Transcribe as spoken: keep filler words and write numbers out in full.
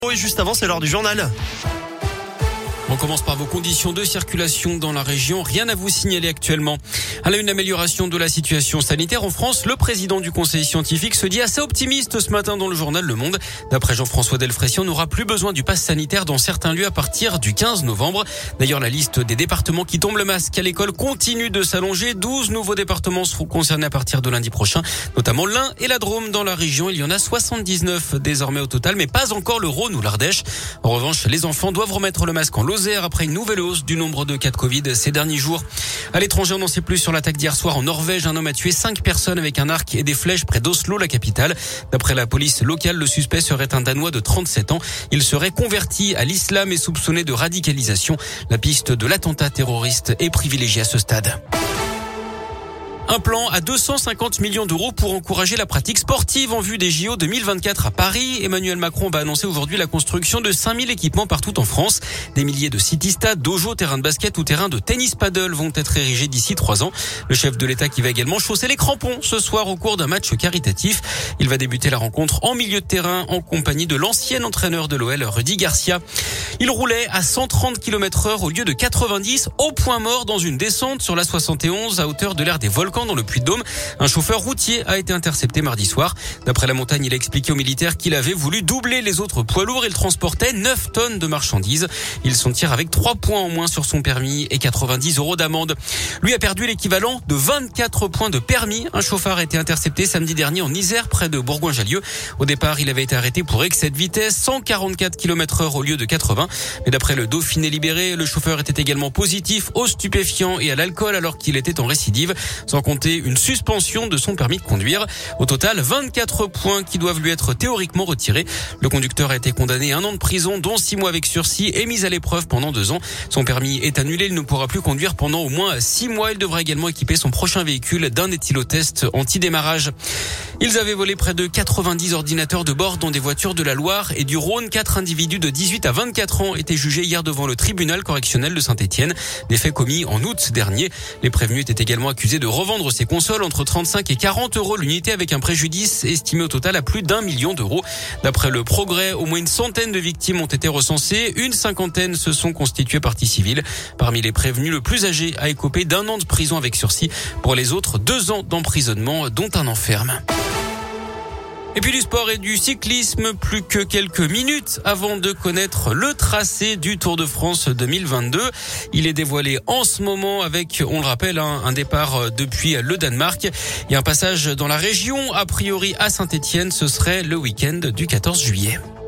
Oui, juste avant, c'est l'heure du journal. On commence par vos conditions de circulation dans la région. Rien à vous signaler actuellement. À la une, amélioration de la situation sanitaire en France, le président du conseil scientifique se dit assez optimiste ce matin dans le journal Le Monde. D'après Jean-François Delfrécy, on n'aura plus besoin du pass sanitaire dans certains lieux à partir du quinze novembre. D'ailleurs, la liste des départements qui tombent le masque à l'école continue de s'allonger. douze nouveaux départements seront concernés à partir de lundi prochain, notamment l'Ain et la Drôme. Dans la région, il y en a soixante-dix-neuf désormais au total, mais pas encore le Rhône ou l'Ardèche. En revanche, les enfants doivent remettre le masque en Lozère après une nouvelle hausse du nombre de cas de Covid ces derniers jours. À l'étranger, on n'en sait plus sur l'attaque d'hier soir en Norvège. Un homme a tué cinq personnes avec un arc et des flèches près d'Oslo, la capitale. D'après la police locale, le suspect serait un Danois de trente-sept ans. Il serait converti à l'islam et soupçonné de radicalisation. La piste de l'attentat terroriste est privilégiée à ce stade. Un plan à deux cent cinquante millions d'euros pour encourager la pratique sportive en vue des J O deux mille vingt-quatre à Paris. Emmanuel Macron va annoncer aujourd'hui la construction de cinq mille équipements partout en France. Des milliers de city-stades, dojos, terrains de basket ou terrains de tennis paddle vont être érigés d'ici trois ans. Le chef de l'État qui va également chausser les crampons ce soir au cours d'un match caritatif. Il va débuter la rencontre en milieu de terrain en compagnie de l'ancien entraîneur de l'O L, Rudy Garcia. Il roulait à cent trente kilomètres heure au lieu de quatre-vingt-dix au point mort dans une descente sur la soixante et onze à hauteur de l'aire des Volcans dans le Puy-de-Dôme. Un chauffeur routier a été intercepté mardi soir. D'après la montagne, il a expliqué aux militaires qu'il avait voulu doubler les autres poids lourds. Il transportait neuf tonnes de marchandises. Il s'en tire avec trois points en moins sur son permis et quatre-vingt-dix euros d'amende. Lui a perdu l'équivalent de vingt-quatre points de permis. Un chauffeur a été intercepté samedi dernier en Isère, près de Bourgoin-Jallieu. Au départ, il avait été arrêté pour excès de vitesse, cent quarante-quatre kilomètres heure au lieu de quatre-vingts. Mais d'après le Dauphiné libéré, le chauffeur était également positif aux stupéfiants et à l'alcool alors qu'il était en récidive, sans compter une suspension de son permis de conduire. Au total, vingt-quatre points qui doivent lui être théoriquement retirés. Le conducteur a été condamné à un an de prison, dont six mois avec sursis et mis à l'épreuve pendant deux ans. Son permis est annulé, il ne pourra plus conduire pendant au moins six mois. Il devra également équiper son prochain véhicule d'un éthylotest anti-démarrage. Ils avaient volé près de quatre-vingt-dix ordinateurs de bord dans des voitures de la Loire et du Rhône. Quatre individus de dix-huit à vingt-quatre ans étaient jugés hier devant le tribunal correctionnel de Saint-Étienne. Des faits commis en août dernier. Les prévenus étaient également accusés de revendre ces consoles entre trente-cinq et quarante euros l'unité avec un préjudice estimé au total à plus d'un million d'euros. D'après le Progrès, au moins une centaine de victimes ont été recensées. Une cinquantaine se sont constituées partie civile. Parmi les prévenus, le plus âgé a écopé d'un an de prison avec sursis. Pour les autres, deux ans d'emprisonnement, dont un enferme. Et puis du sport et du cyclisme, plus que quelques minutes avant de connaître le tracé du Tour de France deux mille vingt-deux. Il est dévoilé en ce moment avec, on le rappelle, un départ depuis le Danemark et un passage dans la région, a priori à Saint-Étienne. Ce serait le week-end du quatorze juillet.